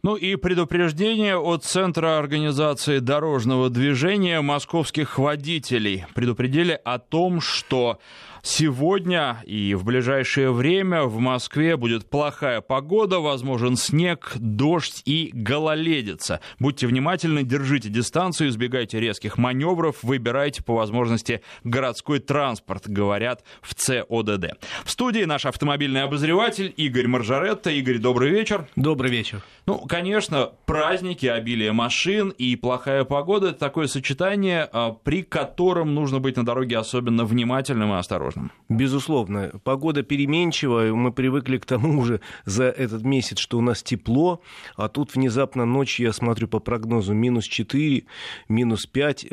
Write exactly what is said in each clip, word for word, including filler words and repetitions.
Ну и предупреждение от Центра организации дорожного движения московских водителей. Предупредили о том, что сегодня и в ближайшее время в Москве будет плохая погода, возможен снег, дождь и гололедица. Будьте внимательны, держите дистанцию, избегайте резких маневров, выбирайте по возможности городской транспорт, говорят в ЦОДД. В студии наш автомобильный обозреватель Игорь Маржаретта. Игорь, добрый вечер. Добрый вечер. Ну, конечно, праздники, обилие машин и плохая погода – это такое сочетание, при котором нужно быть на дороге особенно внимательным и осторожным. Безусловно. Погода переменчивая, мы привыкли к тому уже за этот месяц, что у нас тепло, а тут внезапно ночью, я смотрю по прогнозу, минус четыре, минус пять,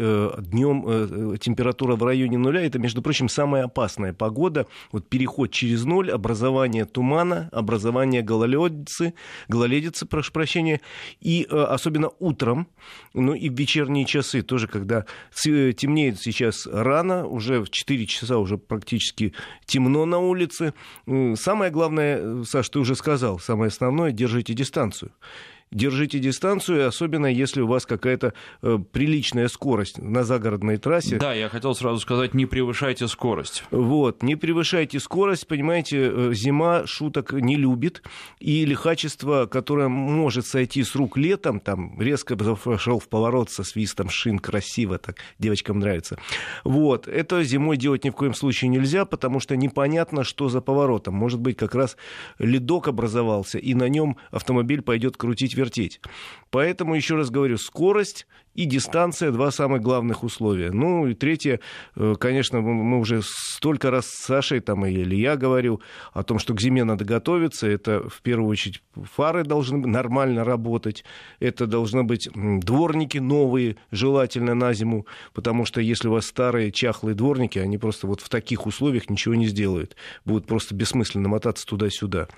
днем температура в районе нуля. Это, между прочим, самая опасная погода. Вот переход через ноль, образование тумана, образование гололедицы, гололедицы, прошу прощения, и особенно утром, ну и в вечерние часы тоже, когда темнеет сейчас рано, уже в четыре часа уже практически темно на улице. Самое главное, Саш, ты уже сказал, самое основное, держите дистанцию. Держите дистанцию, особенно если у вас какая-то э, приличная скорость на загородной трассе. Да, я хотел сразу сказать, не превышайте скорость. Вот, не превышайте скорость, понимаете, зима шуток не любит, и лихачество, которое может сойти с рук летом, там резко зашел в поворот со свистом шин, красиво, так девочкам нравится. Вот, это зимой делать ни в коем случае нельзя, потому что непонятно, что за поворотом. Может быть, как раз ледок образовался, и на нем автомобиль пойдет крутить вертеть. Поэтому, еще раз говорю, скорость и дистанция — два самых главных условия. Ну и третье, конечно, мы уже столько раз с Сашей там, или я говорил о том, что к зиме надо готовиться. Это, в первую очередь, фары должны нормально работать. Это должны быть дворники новые, желательно на зиму, потому что если у вас старые чахлые дворники, они просто вот в таких условиях ничего не сделают. Будут просто бессмысленно мотаться туда-сюда.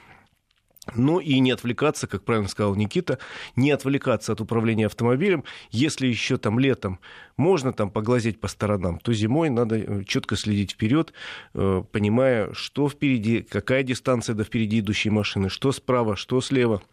Ну и не отвлекаться, как правильно сказал Никита, не отвлекаться от управления автомобилем. Если еще там летом можно там поглазеть по сторонам, то зимой надо четко следить вперед, понимая, что впереди, какая дистанция до впереди идущей машины, что справа, что слева.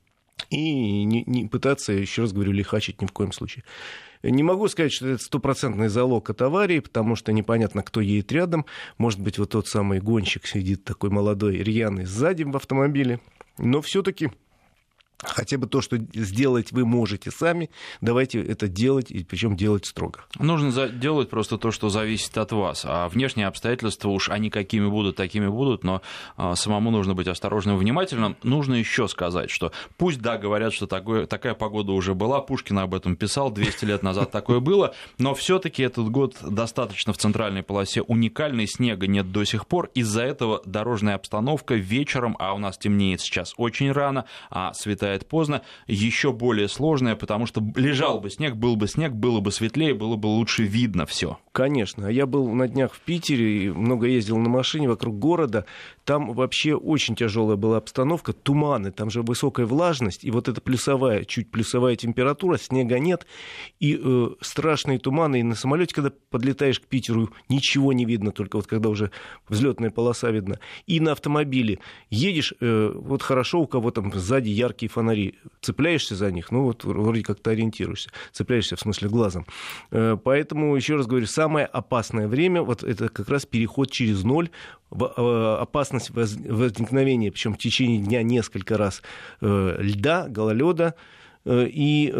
И не, не пытаться, еще раз говорю, лихачить ни в коем случае. Не могу сказать, что это стопроцентный залог от аварии, потому что непонятно, кто едет рядом. Может быть, вот тот самый гонщик сидит такой молодой, рьяный, сзади в автомобиле. Но все-таки хотя бы то, что сделать вы можете сами, давайте это делать, и причем делать строго. Нужно делать просто то, что зависит от вас. А внешние обстоятельства уж они какими будут, такими будут, но самому нужно быть осторожным и внимательным. Нужно еще сказать, что пусть, да, говорят, что такое, такая погода уже была, Пушкин об этом писал, двести лет назад такое было, но все-таки этот год достаточно в центральной полосе уникальный, снега нет до сих пор, из-за этого дорожная обстановка вечером, а у нас темнеет сейчас очень рано, а светает поздно, еще более сложное, потому что лежал бы снег, был бы снег, было бы светлее, было бы лучше видно все. Конечно. Я был на днях в Питере, и много ездил на машине вокруг города. Там вообще очень тяжелая была обстановка, туманы, там же высокая влажность, и вот эта плюсовая, чуть плюсовая температура, снега нет, и э, страшные туманы, и на самолете, когда подлетаешь к Питеру, ничего не видно, только вот когда уже взлетная полоса видна. И на автомобиле едешь, э, вот хорошо, у кого там сзади яркие фонари, цепляешься за них, ну вот вроде как-то ориентируешься, цепляешься в смысле глазом. Э, поэтому, еще раз говорю, самое опасное время, вот это как раз переход через ноль, опасность возникновения, причем в течение дня несколько раз, льда, гололеда, и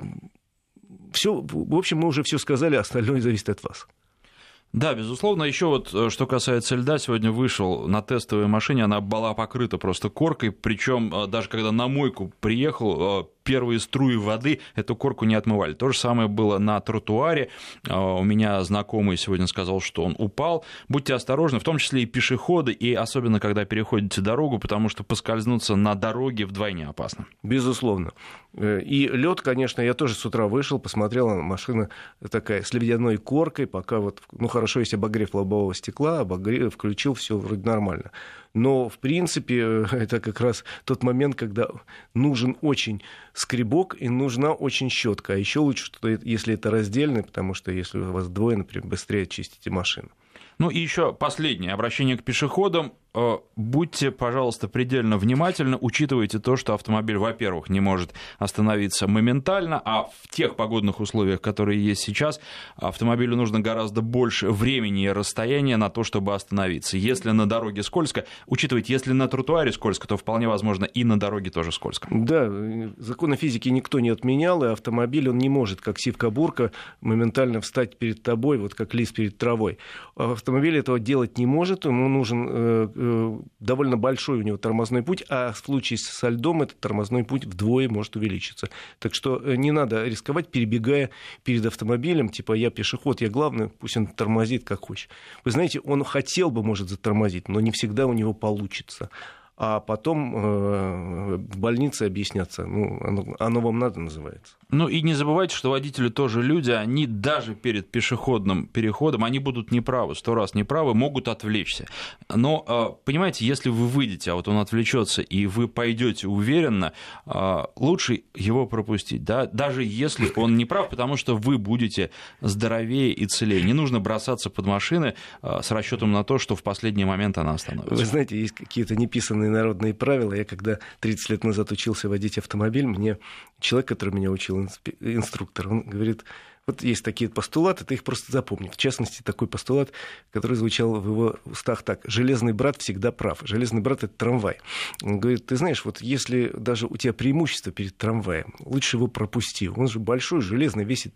все, в общем, мы уже все сказали, остальное зависит от вас. Да, безусловно. Еще вот, что касается льда, сегодня вышел на тестовой машине, она была покрыта просто коркой, причем даже когда на мойку приехал, первые струи воды эту корку не отмывали. То же самое было на тротуаре. У меня знакомый сегодня сказал, что он упал. Будьте осторожны, в том числе и пешеходы, и особенно, когда переходите дорогу, потому что поскользнуться на дороге вдвойне опасно. Безусловно. И лед, конечно, я тоже с утра вышел, посмотрел, машина такая с ледяной коркой, пока вот, ну хорошо, есть обогрев лобового стекла, обогрев, включил, все вроде нормально. Но, в принципе, это как раз тот момент, когда нужен очень скребок и нужна очень щетка. А еще лучше, что если это раздельно, потому что если у вас двое, например, быстрее чистите машину. Ну и еще последнее обращение к пешеходам. будьте, пожалуйста, предельно внимательны, учитывайте то, что автомобиль, во-первых, не может остановиться моментально, а в тех погодных условиях, которые есть сейчас, автомобилю нужно гораздо больше времени и расстояния на то, чтобы остановиться. Если на дороге скользко, учитывайте, если на тротуаре скользко, то вполне возможно и на дороге тоже скользко. Да, законы физики никто не отменял, и автомобиль, он не может, как сивка-бурка, моментально встать перед тобой, вот как лис перед травой. Автомобиль этого делать не может, ему нужен э, э, довольно большой у него тормозной путь, а в случае со льдом этот тормозной путь вдвое может увеличиться. Так что не надо рисковать, перебегая перед автомобилем, типа я пешеход, я главный, пусть он тормозит как хочет. Вы знаете, он хотел бы, может, затормозить, но не всегда у него получится. А потом э, в больнице объясняться, ну, оно, оно вам надо, называется. Ну и не забывайте, что водители тоже люди, они даже перед пешеходным переходом, они будут неправы, сто раз неправы, могут отвлечься. Но, понимаете, если вы выйдете, а вот он отвлечется, и вы пойдете уверенно, лучше его пропустить, да? Даже если он не прав, потому что вы будете здоровее и целее. Не нужно бросаться под машины с расчетом на то, что в последний момент она остановится. Вы знаете, есть какие-то неписанные народные правила. Я когда тридцать лет назад учился водить автомобиль, мне человек, который меня учил, инструктор, он говорит, вот есть такие постулаты, ты их просто запомни. В частности, такой постулат, который звучал в его устах так: «Железный брат всегда прав». Железный брат — это трамвай. Он говорит, ты знаешь, вот если даже у тебя преимущество перед трамваем, лучше его пропусти. Он же большой, железный, весит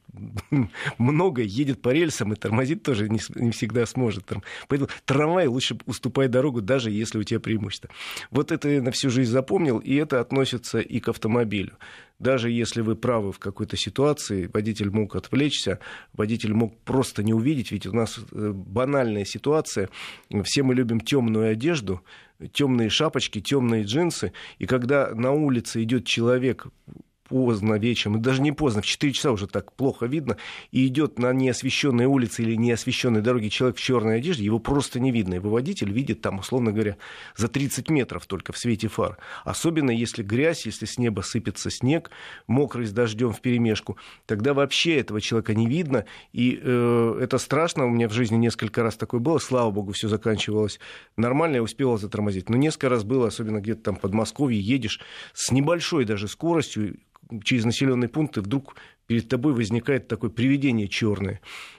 много, едет по рельсам и тормозит тоже не, не всегда сможет. Поэтому трамвай лучше уступай дорогу, даже если у тебя преимущество. Вот это я на всю жизнь запомнил, и это относится и к автомобилю. Даже если вы правы в какой-то ситуации, водитель мог отвлечься, водитель мог просто не увидеть, ведь у нас банальная ситуация, все мы любим темную одежду, темные шапочки, темные джинсы, и когда на улице идет человек поздно вечером, и даже не поздно, в четыре часа уже так плохо видно, и идет на неосвещенной улице или неосвещенной дороге человек в черной одежде, его просто не видно. Его водитель видит там, условно говоря, за тридцать метров только в свете фар. Особенно если грязь, если с неба сыпется снег, мокрый с дождем вперемешку, тогда вообще этого человека не видно, и э, это страшно. У меня в жизни несколько раз такое было, слава богу, все заканчивалось нормально, я успела затормозить. Но несколько раз было, особенно где-то там в Подмосковье, едешь с небольшой даже скоростью, через населенные пункты, вдруг перед тобой возникает такое привидение черное.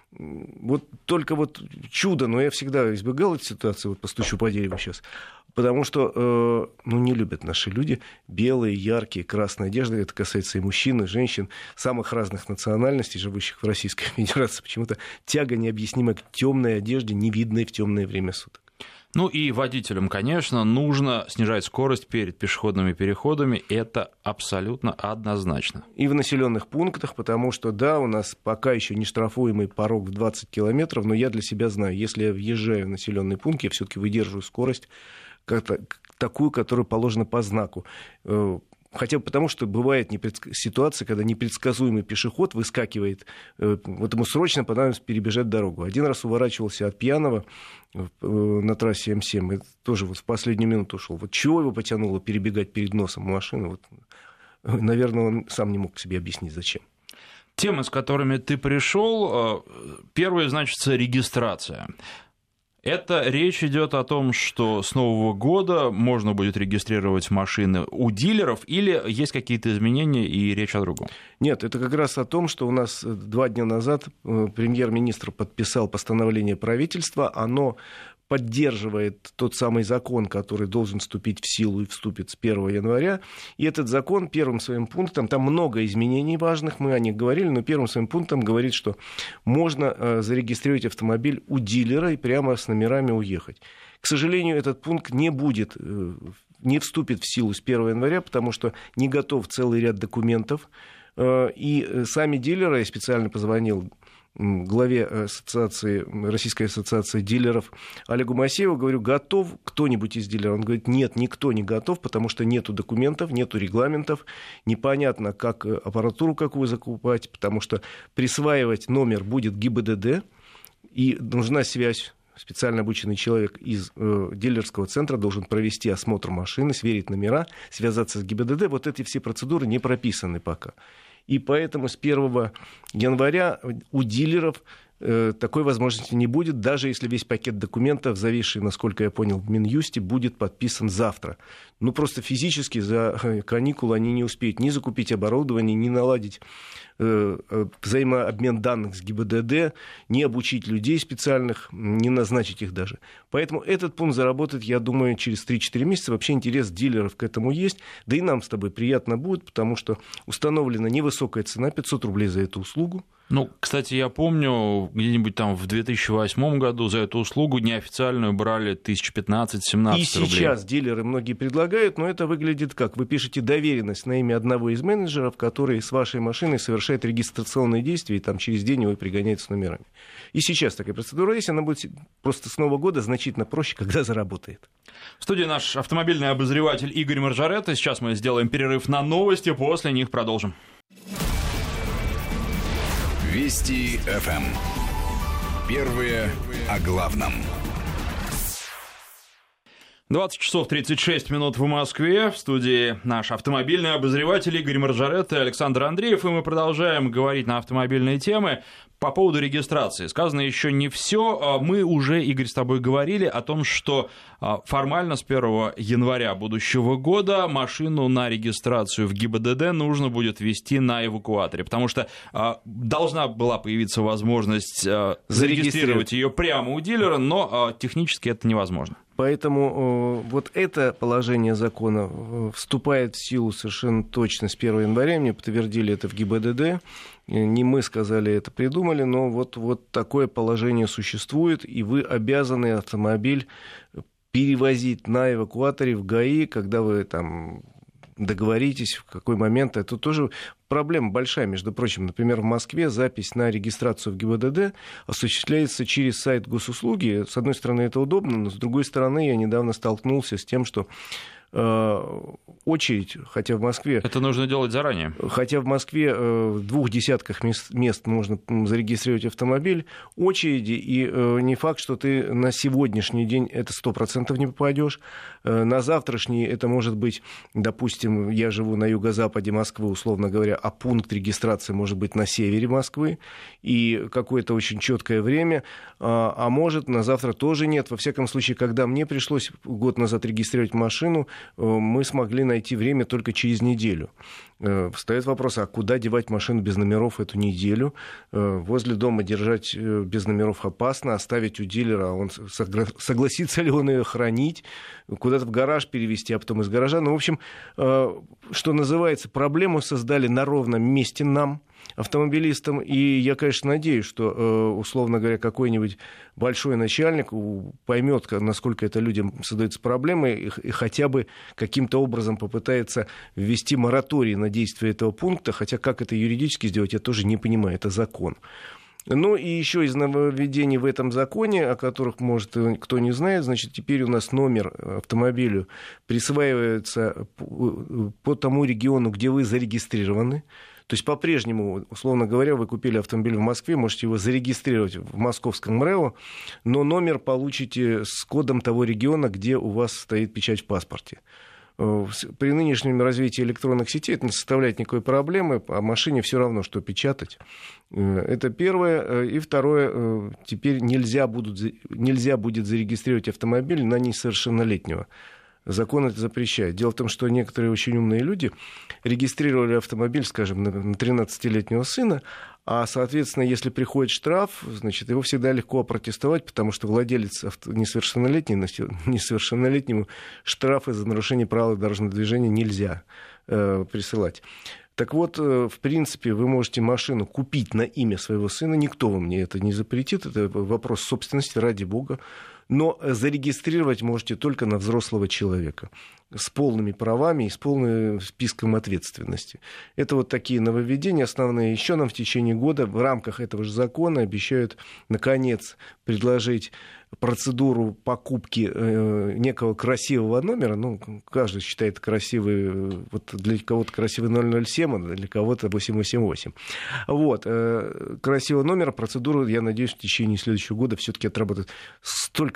Вот только вот чудо, но я всегда избегал этой ситуации, вот постучу по дереву сейчас, потому что э, ну, не любят наши люди белые, яркие, красные одежды. Это касается и мужчин, и женщин, самых разных национальностей, живущих в Российской Федерации. Почему-то тяга необъяснима к темной одежде, не видной в темное время суток. Ну и водителям, конечно, нужно снижать скорость перед пешеходными переходами, это абсолютно однозначно. И в населенных пунктах, потому что, да, у нас пока еще не штрафуемый порог в двадцать километров, но я для себя знаю, если я въезжаю в населенный пункт, я все-таки выдерживаю скорость как-то, такую, которая положена по знаку. Хотя бы потому, что бывает непредск... ситуация, когда непредсказуемый пешеход выскакивает, вот ему срочно понадобится перебежать дорогу. Один раз уворачивался от пьяного на трассе эм семь, и тоже вот в последнюю минуту ушел. Вот чего его потянуло перебегать перед носом машины, вот, наверное, он сам не мог себе объяснить, зачем. Темы, с которыми ты пришел, первое, значит, регистрация. Это речь идет о том, что с Нового года можно будет регистрировать машины у дилеров, или есть какие-то изменения и речь о другом? Нет, это как раз о том, что у нас два дня назад премьер-министр подписал постановление правительства, оно поддерживает тот самый закон, который должен вступить в силу и вступит с первого января. И этот закон первым своим пунктом, там много изменений важных, мы о них говорили, но первым своим пунктом говорит, что можно зарегистрировать автомобиль у дилера и прямо с номерами уехать. К сожалению, этот пункт не будет, не вступит в силу с первого января, потому что не готов целый ряд документов. И сами дилеры, я специально позвонил главе ассоциации, Российской ассоциации дилеров Олегу Масееву, говорю, готов кто-нибудь из дилеров? Он говорит, нет, никто не готов, потому что нету документов, нету регламентов, непонятно, как аппаратуру какую закупать, потому что присваивать номер будет ГИБДД, и нужна связь. Специально обученный человек из э, дилерского центра должен провести осмотр машины, сверить номера, связаться с ГИБДД. Вот эти все процедуры не прописаны пока. И поэтому с первого января у дилеров такой возможности не будет, даже если весь пакет документов, зависший, насколько я понял, в Минюсте, будет подписан завтра. Ну, просто физически за каникулы они не успеют ни закупить оборудование, ни наладить взаимообмен данных с ГИБДД, не обучить людей специальных, не назначить их даже. Поэтому этот пункт заработает, я думаю, через три-четыре месяца. Вообще интерес дилеров к этому есть. Да и нам с тобой приятно будет, потому что установлена невысокая цена, пятьсот рублей за эту услугу. Ну, кстати, я помню, где-нибудь там в две тысячи восьмом году за эту услугу неофициальную брали тысяча пятнадцать-семнадцать рублей. И сейчас дилеры многие предлагают, но это выглядит как? Вы пишете доверенность на имя одного из менеджеров, который с вашей машиной совершает регистрационные действия, и там через день его пригоняют с номерами. И сейчас такая процедура есть, она будет просто с Нового года значительно проще, когда заработает. В студии наш автомобильный обозреватель Игорь Маржаретта. Сейчас мы сделаем перерыв на новости, после них продолжим. Вести эф эм. Первые о главном. двадцать часов тридцать шесть минут в Москве. В студии наш автомобильный обозреватель Игорь Маржаретта и Александр Андреев. И мы продолжаем говорить на автомобильные темы. По поводу регистрации. Сказано еще не все. Мы уже, Игорь, с тобой говорили о том, что формально с первого января будущего года машину на регистрацию в ГИБДД нужно будет вести на эвакуаторе, потому что должна была появиться возможность зарегистрировать ее прямо у дилера, но технически это невозможно. Поэтому вот это положение закона вступает в силу совершенно точно с первого января. Мне подтвердили это в ГИБДД. Не мы сказали это, придумали, но вот, вот такое положение существует, и вы обязаны автомобиль перевозить на эвакуаторе в ГАИ, когда вы там договоритесь, в какой момент. Это тоже проблема большая, между прочим. Например, в Москве запись на регистрацию в ГИБДД осуществляется через сайт госуслуги. С одной стороны, это удобно, но с другой стороны, я недавно столкнулся с тем, что очередь, хотя в Москве... Это нужно делать заранее. Хотя в Москве в двух десятках мест, мест можно зарегистрировать автомобиль, очереди, и не факт, что ты на сегодняшний день это сто процентов не попадешь. На завтрашний это может быть, допустим, я живу на юго-западе Москвы, условно говоря, а пункт регистрации может быть на севере Москвы, и какое-то очень четкое время, а может на завтра тоже нет. Во всяком случае, когда мне пришлось год назад регистрировать машину, мы смогли найти время только через неделю. Встает вопрос, а куда девать машину без номеров эту неделю? Возле дома держать без номеров опасно, оставить у дилера, он согласится ли он ее хранить, куда-то в гараж перевезти, а потом из гаража. Ну, в общем, что называется, проблему создали на ровном месте нам, автомобилистам, и я, конечно, надеюсь, что, условно говоря, какой-нибудь большой начальник поймет, насколько это людям создается проблемой, и хотя бы каким-то образом попытается ввести мораторий на действие этого пункта, хотя как это юридически сделать, я тоже не понимаю, это закон. Ну и еще из нововведений в этом законе, о которых, может, кто не знает, значит, теперь у нас номер автомобилю присваивается по тому региону, где вы зарегистрированы. То есть по-прежнему, условно говоря, вы купили автомобиль в Москве, можете его зарегистрировать в московском МРЭО, но номер получите с кодом того региона, где у вас стоит печать в паспорте. При нынешнем развитии электронных сетей это не составляет никакой проблемы, а машине все равно, что печатать. Это первое. И второе, теперь нельзя, будут, нельзя будет зарегистрировать автомобиль на несовершеннолетнего. Закон это запрещает. Дело в том, что некоторые очень умные люди регистрировали автомобиль, скажем, на тринадцатилетнего сына, а, соответственно, если приходит штраф, значит, его всегда легко опротестовать, потому что владелец несовершеннолетний, несовершеннолетнему штрафы за нарушение правил дорожного движения нельзя э, присылать. Так вот, в принципе, вы можете машину купить на имя своего сына, никто вам мне это не запретит, это вопрос собственности, ради бога, но зарегистрировать можете только на взрослого человека с полными правами и с полным списком ответственности. Это вот такие нововведения основные. Еще нам в течение года в рамках этого же закона обещают, наконец, предложить процедуру покупки э, некого красивого номера. Ну, каждый считает красивый, вот для кого-то красивый ноль ноль семь, а для кого-то восемь восемь восемь. Вот, э, красивого номера, процедуру, я надеюсь, в течение следующего года все-таки отработает. Столько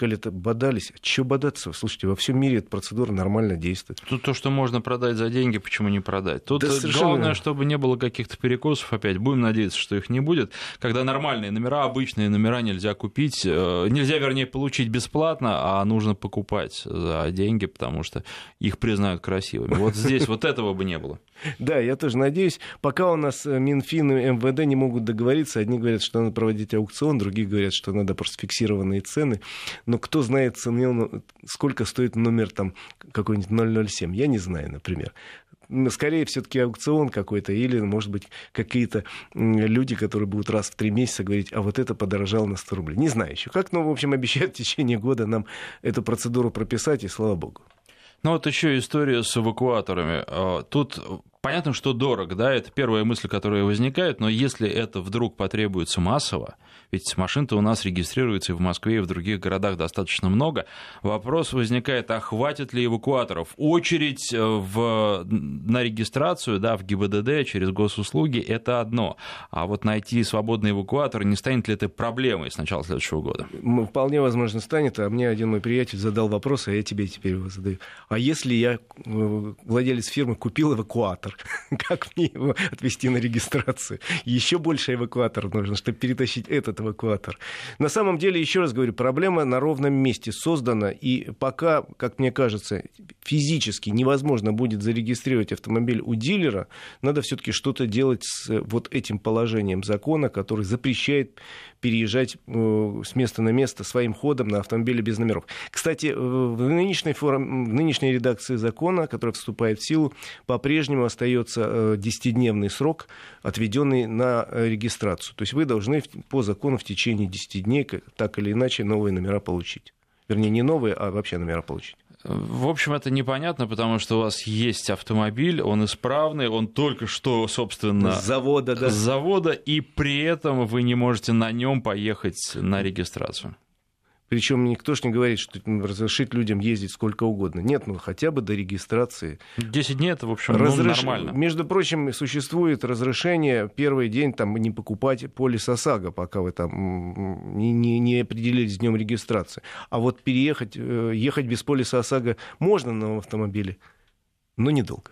сказали, бодались. Чего бодаться? Слушайте, во всем мире эта процедура нормально действует. Тут то, что можно продать за деньги, почему не продать? Тут да главное, чтобы не было каких-то перекосов опять. Будем надеяться, что их не будет. Когда нормальные номера, обычные номера нельзя купить, нельзя, вернее, получить бесплатно, а нужно покупать за деньги, потому что их признают красивыми. Вот здесь вот этого бы не было. Да, я тоже надеюсь. Пока у нас Минфин и эм вэ дэ не могут договориться, одни говорят, что надо проводить аукцион, другие говорят, что надо просто фиксированные цены. Но кто знает цены, сколько стоит номер там какой-нибудь ноль ноль семь? Я не знаю, например. Скорее, все-таки аукцион какой-то, или, может быть, какие-то люди, которые будут раз в три месяца говорить, а вот это подорожало на сто рублей. Не знаю еще как, но, в общем, обещают в течение года нам эту процедуру прописать, и слава богу. Ну вот еще история с эвакуаторами. Тут понятно, что дорого, да, это первая мысль, которая возникает, но если это вдруг потребуется массово, ведь машин-то у нас регистрируется и в Москве, и в других городах достаточно много, вопрос возникает, а хватит ли эвакуаторов? Очередь в, на регистрацию, да, в гэ бэ дэ дэ через госуслуги – это одно, а вот найти свободный эвакуатор, не станет ли это проблемой с начала следующего года? Вполне возможно станет, а мне один мой приятель задал вопрос, а я тебе теперь его задаю. А если я, владелец фирмы, купил эвакуатор, как мне его отвезти на регистрацию? Еще больше эвакуаторов нужно, чтобы перетащить этот эвакуатор. На самом деле, еще раз говорю, проблема на ровном месте создана, и пока, как мне кажется, физически невозможно будет зарегистрировать автомобиль у дилера, надо все-таки что-то делать с вот этим положением закона, который запрещает переезжать с места на место своим ходом на автомобиле без номеров. Кстати, в нынешней, форме, в нынешней редакции закона, которая вступает в силу, по-прежнему остается десятидневный срок, отведенный на регистрацию. То есть вы должны по закону в течение десяти дней так или иначе новые номера получить. Вернее, не новые, а вообще номера получить. В общем, это непонятно, потому что у вас есть автомобиль, он исправный, он только что, собственно, с завода, да. с завода, и при этом вы не можете на нем поехать на регистрацию. Причем никто ж не говорит, что разрешить людям ездить сколько угодно. Нет, ну хотя бы до регистрации. десять дней это, в общем, Разреш... ну, нормально. Между прочим, существует разрешение первый день там, не покупать полис ОСАГО, пока вы там не, не, не определились с днем регистрации. А вот переехать, ехать без полиса ОСАГО можно на новом автомобиле, но недолго.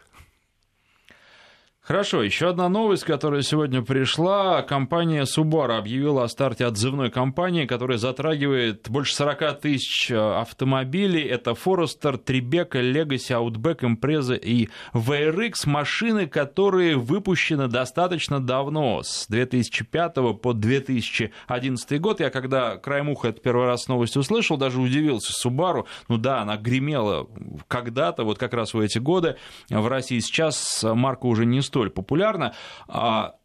Хорошо, еще одна новость, которая сегодня пришла. Компания Subaru объявила о старте отзывной кампании, которая затрагивает больше сорок тысяч автомобилей. Это Forester, Tribeca, Legacy, Outback, Impreza и ви ар икс. Машины, которые выпущены достаточно давно, с две тысячи пятого по две тысячи одиннадцатый год. Я когда краем уха это первый раз новость услышал, даже удивился. Subaru, ну да, она гремела когда-то, вот как раз в эти годы в России. Сейчас марка уже не стоит столь популярна. А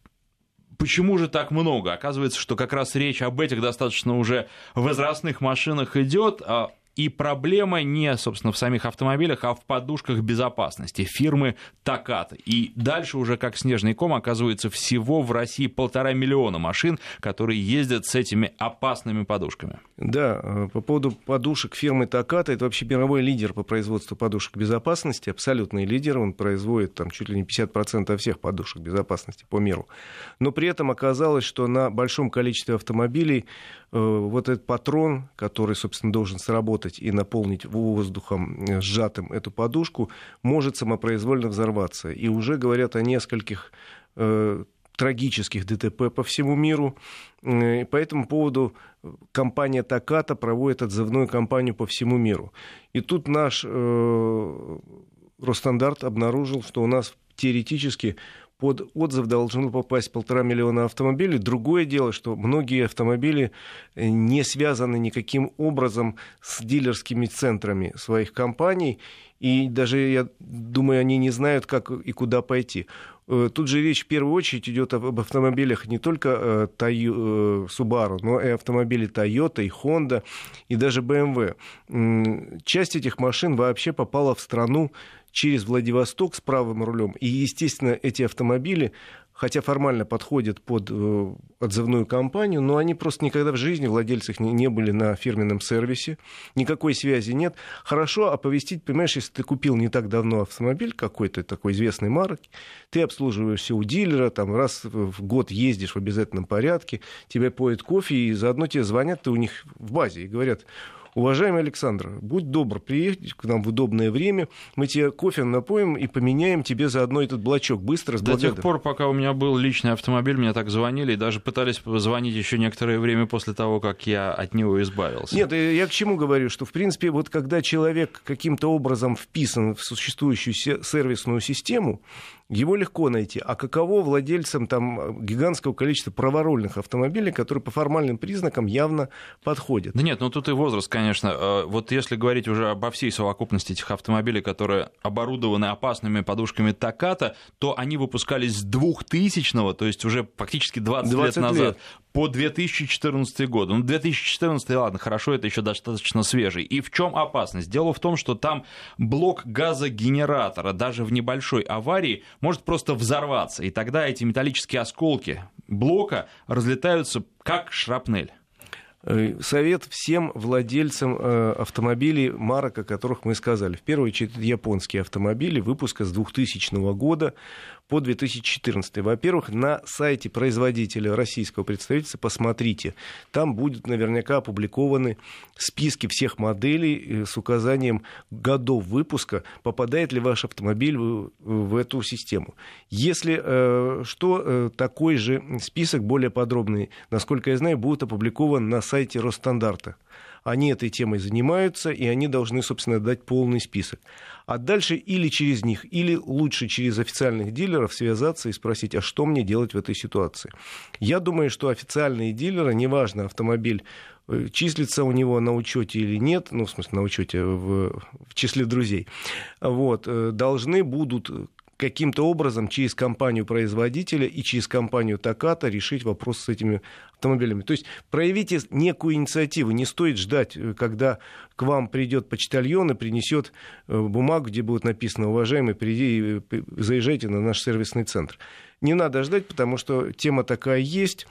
почему же так много? Оказывается, что как раз речь об этих достаточно уже возрастных машинах идет. И проблема не, собственно, в самих автомобилях, а в подушках безопасности фирмы Takata. И дальше уже как снежный ком оказывается всего в России полтора миллиона машин, которые ездят с этими опасными подушками. Да, по поводу подушек фирмы Takata, это вообще мировой лидер по производству подушек безопасности, абсолютный лидер, он производит там чуть ли не пятьдесят процентов всех подушек безопасности по миру. Но при этом оказалось, что на большом количестве автомобилей э, вот этот патрон, который, собственно, должен сработать и наполнить воздухом сжатым эту подушку, может самопроизвольно взорваться. И уже говорят о нескольких э, трагических ДТП по всему миру. И по этому поводу компания Takata проводит отзывную кампанию по всему миру. И тут наш э, Росстандарт обнаружил, что у нас теоретически под отзыв должно попасть полтора миллиона автомобилей. Другое дело, что многие автомобили не связаны никаким образом с дилерскими центрами своих компаний. И даже, я думаю, они не знают, как и куда пойти. Тут же речь в первую очередь идет об автомобилях не только Subaru, но и автомобили Toyota, и Honda, и даже бэ эм вэ. Часть этих машин вообще попала в страну через Владивосток с правым рулем. И, естественно, эти автомобили, хотя формально подходят под э, отзывную кампанию, но они просто никогда в жизни, владельцы их не, не были на фирменном сервисе, никакой связи нет. Хорошо оповестить, понимаешь, если ты купил не так давно автомобиль какой-то такой известной марки, ты обслуживаешься у дилера, там раз в год ездишь в обязательном порядке, тебя поют кофе, и заодно тебе звонят, ты у них в базе, и говорят: Уважаемый Александр, будь добр, приедь к нам в удобное время, мы тебе кофе напоим и поменяем тебе заодно этот блочок. Быстро, с До тех пор, пока у меня был личный автомобиль, мне так звонили и даже пытались позвонить еще некоторое время после того, как я от него избавился. Нет, я к чему говорю, что, в принципе, вот когда человек каким-то образом вписан в существующую сервисную систему, его легко найти. А каково владельцам там гигантского количества праворульных автомобилей, которые по формальным признакам явно подходят? Да нет, ну тут и возраст, конечно. Вот если говорить уже обо всей совокупности этих автомобилей, которые оборудованы опасными подушками Таката, то они выпускались с двухтысячного, то есть уже фактически двадцать, двадцать лет назад, лет. По две тысячи четырнадцатый год. Ну, две тысячи четырнадцатый, ладно, хорошо, это еще достаточно свежий. И в чем опасность? Дело в том, что там блок газогенератора даже в небольшой аварии может просто взорваться, и тогда эти металлические осколки блока разлетаются как шрапнель. Совет всем владельцам автомобилей, марок, о которых мы сказали. В первую очередь, японские автомобили выпуска с двухтысячного года по две тысячи четырнадцатый. Во-первых, на сайте производителя российского представительства посмотрите. Там будут наверняка опубликованы списки всех моделей с указанием годов выпуска, попадает ли ваш автомобиль в, в эту систему. Если э, что, э, такой же список, более подробный, насколько я знаю, будет опубликован на сайте Росстандарта. Они этой темой занимаются, и они должны, собственно, дать полный список. А дальше или через них, или лучше через официальных дилеров связаться и спросить, а что мне делать в этой ситуации. Я думаю, что официальные дилеры, неважно, автомобиль числится у него на учете или нет, ну, в смысле, на учете в, в числе друзей, вот, должны будут каким-то образом через компанию-производителя и через компанию Таката решить вопрос с этими автомобилями. То есть проявите некую инициативу. Не стоит ждать, когда к вам придет почтальон и принесет бумагу, где будет написано: уважаемый, приди, заезжайте на наш сервисный центр. Не надо ждать, потому что тема такая есть.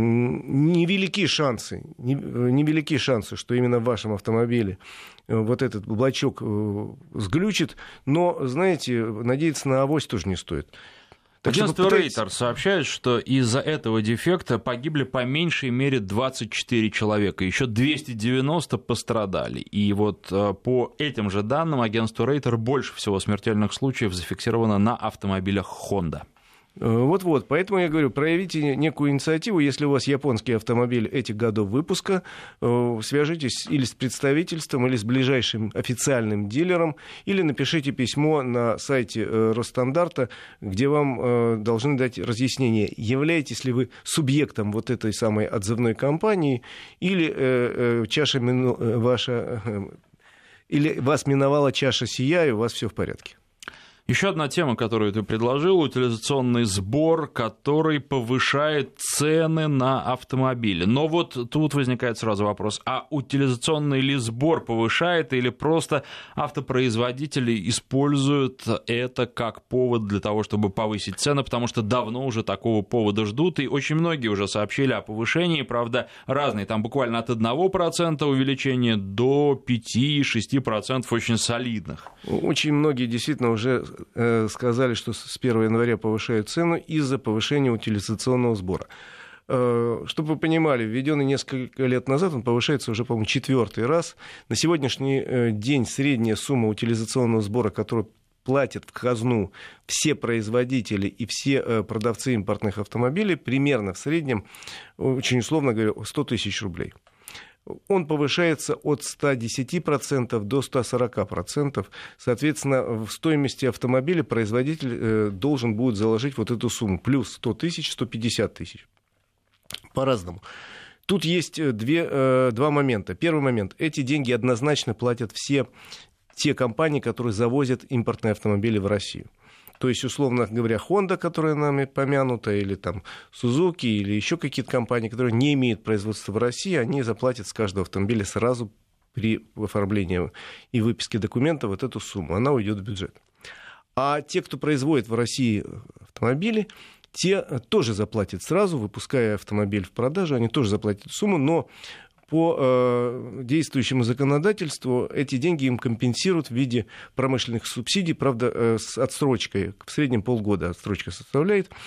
Невелики шансы, невелики шансы, что именно в вашем автомобиле вот этот блочок сглючит, но, знаете, надеяться на авось тоже не стоит. Так Агентство попытайтесь... Рейтер сообщает, что из-за этого дефекта погибли по меньшей мере двадцать четыре человека, еще двести девяносто пострадали. И вот по этим же данным агентство Рейтер больше всего смертельных случаев зафиксировано на автомобилях Honda. Вот-вот, поэтому я говорю, проявите некую инициативу, если у вас японский автомобиль этих годов выпуска, свяжитесь или с представительством, или с ближайшим официальным дилером, или напишите письмо на сайте Росстандарта, где вам должны дать разъяснение, являетесь ли вы субъектом вот этой самой отзывной кампании, или чаша ваша, или вас миновала чаша сия, и у вас все в порядке. Еще одна тема, которую ты предложил, утилизационный сбор, который повышает цены на автомобили. Но вот тут возникает сразу вопрос, а утилизационный ли сбор повышает, или просто автопроизводители используют это как повод для того, чтобы повысить цены, потому что давно уже такого повода ждут, и очень многие уже сообщили о повышении, правда, разные, там буквально от одного процента увеличения до пяти-шести процентов очень солидных. Очень многие действительно уже сказали, что с первого января повышают цену из-за повышения утилизационного сбора. Чтобы вы понимали, введенный несколько лет назад, он повышается уже, по-моему, четвертый раз. На сегодняшний день средняя сумма утилизационного сбора, которую платят в казну все производители и все продавцы импортных автомобилей, примерно в среднем, очень условно говоря, сто тысяч рублей. Он повышается от ста десяти процентов до ста сорока процентов. Соответственно, в стоимости автомобиля производитель должен будет заложить вот эту сумму. Плюс сто тысяч, сто пятьдесят тысяч. По-разному. Тут есть две, два момента. Первый момент. Эти деньги однозначно платят все те компании, которые завозят импортные автомобили в Россию. То есть, условно говоря, Honda, которая нами помянута, или там Suzuki, или еще какие-то компании, которые не имеют производства в России, они заплатят с каждого автомобиля сразу при оформлении и выписке документов вот эту сумму. Она уйдет в бюджет. А те, кто производит в России автомобили, те тоже заплатят сразу, выпуская автомобиль в продажу, они тоже заплатят сумму, но по э, действующему законодательству эти деньги им компенсируют в виде промышленных субсидий, правда, э, с отсрочкой, в среднем полгода отсрочка составляет,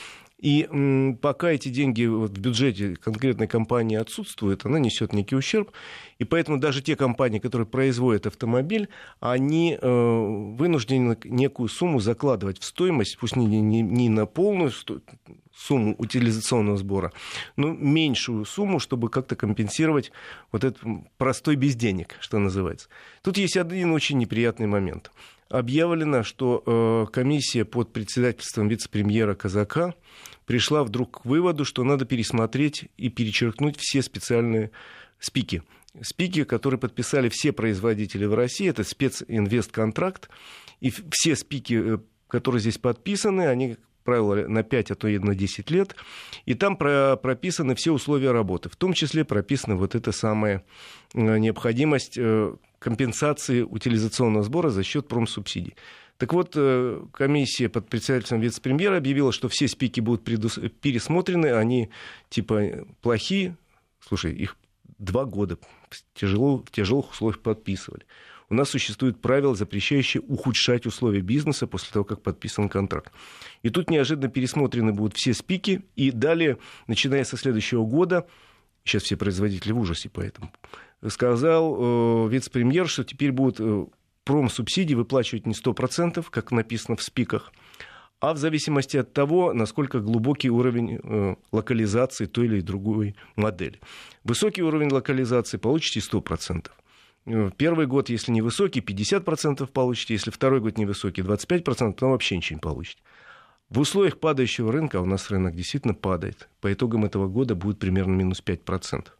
И м, пока эти деньги вот в бюджете конкретной компании отсутствуют, она несет некий ущерб. И поэтому даже те компании, которые производят автомобиль, они э, вынуждены некую сумму закладывать в стоимость, пусть не, не, не на полную сумму утилизационного сбора, но меньшую сумму, чтобы как-то компенсировать вот этот простой без денег, что называется. Тут есть один очень неприятный момент. Объявлено, что э, комиссия под председательством вице-премьера Казака пришла вдруг к выводу, что надо пересмотреть и перечеркнуть все специальные спики. Спики, которые подписали все производители в России, это специнвестконтракт, и все спики, которые здесь подписаны, они, как правило, на пять, а то и на десять лет, и там про, прописаны все условия работы, в том числе прописана вот эта самая необходимость компенсации утилизационного сбора за счет промсубсидий. Так вот, комиссия под председательством вице-премьера объявила, что все спики будут предус... пересмотрены, они типа плохие, слушай, их два года тяжело, в тяжелых условиях подписывали. У нас существует правило, запрещающее ухудшать условия бизнеса после того, как подписан контракт. И тут неожиданно пересмотрены будут все спики, и далее, начиная со следующего года, сейчас все производители в ужасе поэтому, сказал э, вице-премьер, что теперь будут э, промсубсидии выплачивать не сто процентов, как написано в спиках, а в зависимости от того, насколько глубокий уровень э, локализации той или другой модели. Высокий уровень локализации получите сто процентов. Первый год, если невысокий, пятьдесят процентов получите, если второй год невысокий, двадцать пять процентов, потом вообще ничего не получите. В условиях падающего рынка, а у нас рынок действительно падает, по итогам этого года будет примерно минус пять процентов.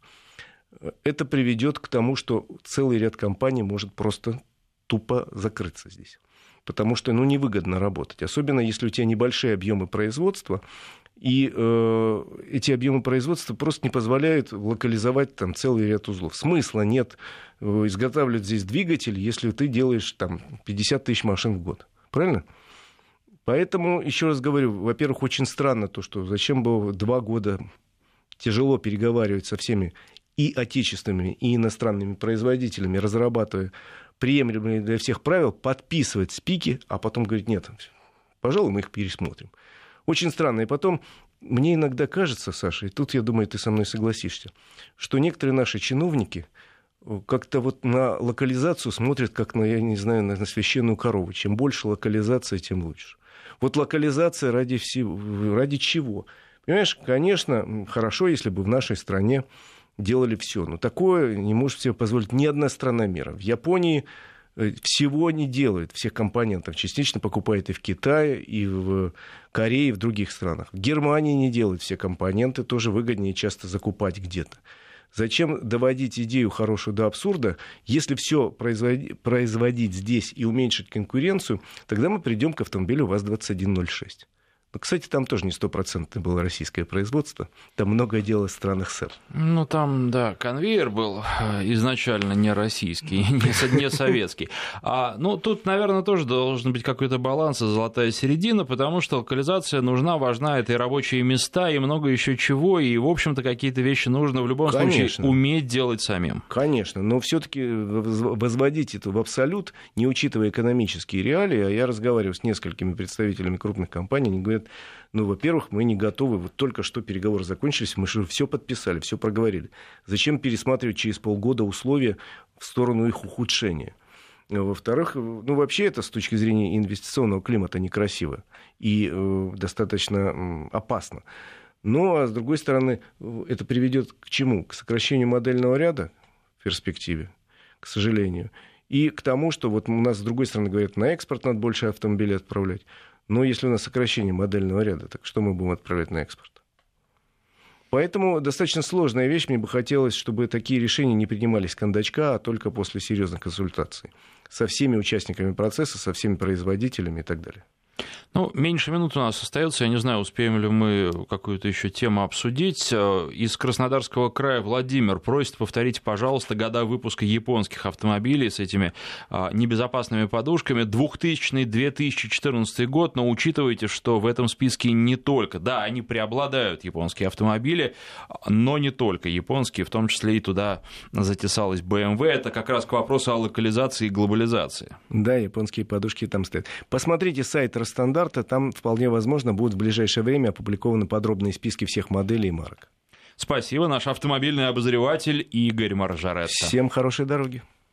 Это приведет к тому, что целый ряд компаний может просто тупо закрыться здесь. Потому что ну, невыгодно работать. Особенно если у тебя небольшие объемы производства, и э, эти объемы производства просто не позволяют локализовать там, целый ряд узлов. Смысла нет э, изготавливать здесь двигатель, если ты делаешь там, пятьдесят тысяч машин в год. Правильно? Поэтому, еще раз говорю, во-первых, очень странно то, что зачем было два года тяжело переговаривать со всеми и отечественными, и иностранными производителями, разрабатывая приемлемые для всех правил, подписывать спики, а потом говорить, нет, пожалуй, мы их пересмотрим. Очень странно. И потом, мне иногда кажется, Саша, и тут, я думаю, ты со мной согласишься, что некоторые наши чиновники как-то вот на локализацию смотрят, как на, я не знаю, на священную корову. Чем больше локализация, тем лучше. Вот локализация ради всего, ради чего? Понимаешь, конечно, хорошо, если бы в нашей стране делали все. Но такое не может себе позволить ни одна страна мира. В Японии всего не делают, всех компонентов. Частично покупает и в Китае, и в Корее, и в других странах. В Германии не делают все компоненты, тоже выгоднее часто закупать где-то. Зачем доводить идею хорошую до абсурда? Если все производить, производить здесь и уменьшить конкуренцию, тогда мы придем к автомобилю ВАЗ двадцать один ноль шесть. Но, кстати, там тоже не стопроцентное было российское производство. Там многое дело в странах СССР. Ну, там, да, конвейер был изначально не российский, не советский. А, ну, тут, наверное, тоже должен быть какой-то баланс и золотая середина, потому что локализация нужна, важна, это и рабочие места, и много еще чего, и, в общем-то, какие-то вещи нужно в любом Конечно. случае уметь делать самим. Конечно, но все-таки возводить это в абсолют, не учитывая экономические реалии, а я разговариваю с несколькими представителями крупных компаний, они говорят, ну, во-первых, мы не готовы, вот только что переговоры закончились, мы же все подписали, все проговорили. Зачем пересматривать через полгода условия в сторону их ухудшения? Во-вторых, ну, вообще это с точки зрения инвестиционного климата некрасиво и э, достаточно э, опасно. Ну, а с другой стороны, это приведет к чему? К сокращению модельного ряда в перспективе, к сожалению. И к тому, что вот у нас, с другой стороны, говорят, на экспорт надо больше автомобилей отправлять. Но если у нас сокращение модельного ряда, так что мы будем отправлять на экспорт? Поэтому достаточно сложная вещь. Мне бы хотелось, чтобы такие решения не принимались с кондачка, а только после серьезных консультаций со всеми участниками процесса, со всеми производителями и так далее. Ну, меньше минут у нас остается. Я не знаю, успеем ли мы какую-то еще тему обсудить. Из Краснодарского края Владимир просит повторить, пожалуйста, года выпуска японских автомобилей с этими небезопасными подушками. двухтысячный — две тысячи четырнадцатый год, но учитывайте, что в этом списке не только. Да, они преобладают, японские автомобили, но не только японские, в том числе и туда затесалась бэ эм вэ. Это как раз к вопросу о локализации и глобализации. Да, японские подушки там стоят. Посмотрите сайт Евростандарта. Там вполне возможно будут в ближайшее время опубликованы подробные списки всех моделей и марок. Спасибо. Наш автомобильный обозреватель Игорь Маржаретто. Всем хорошей дороги.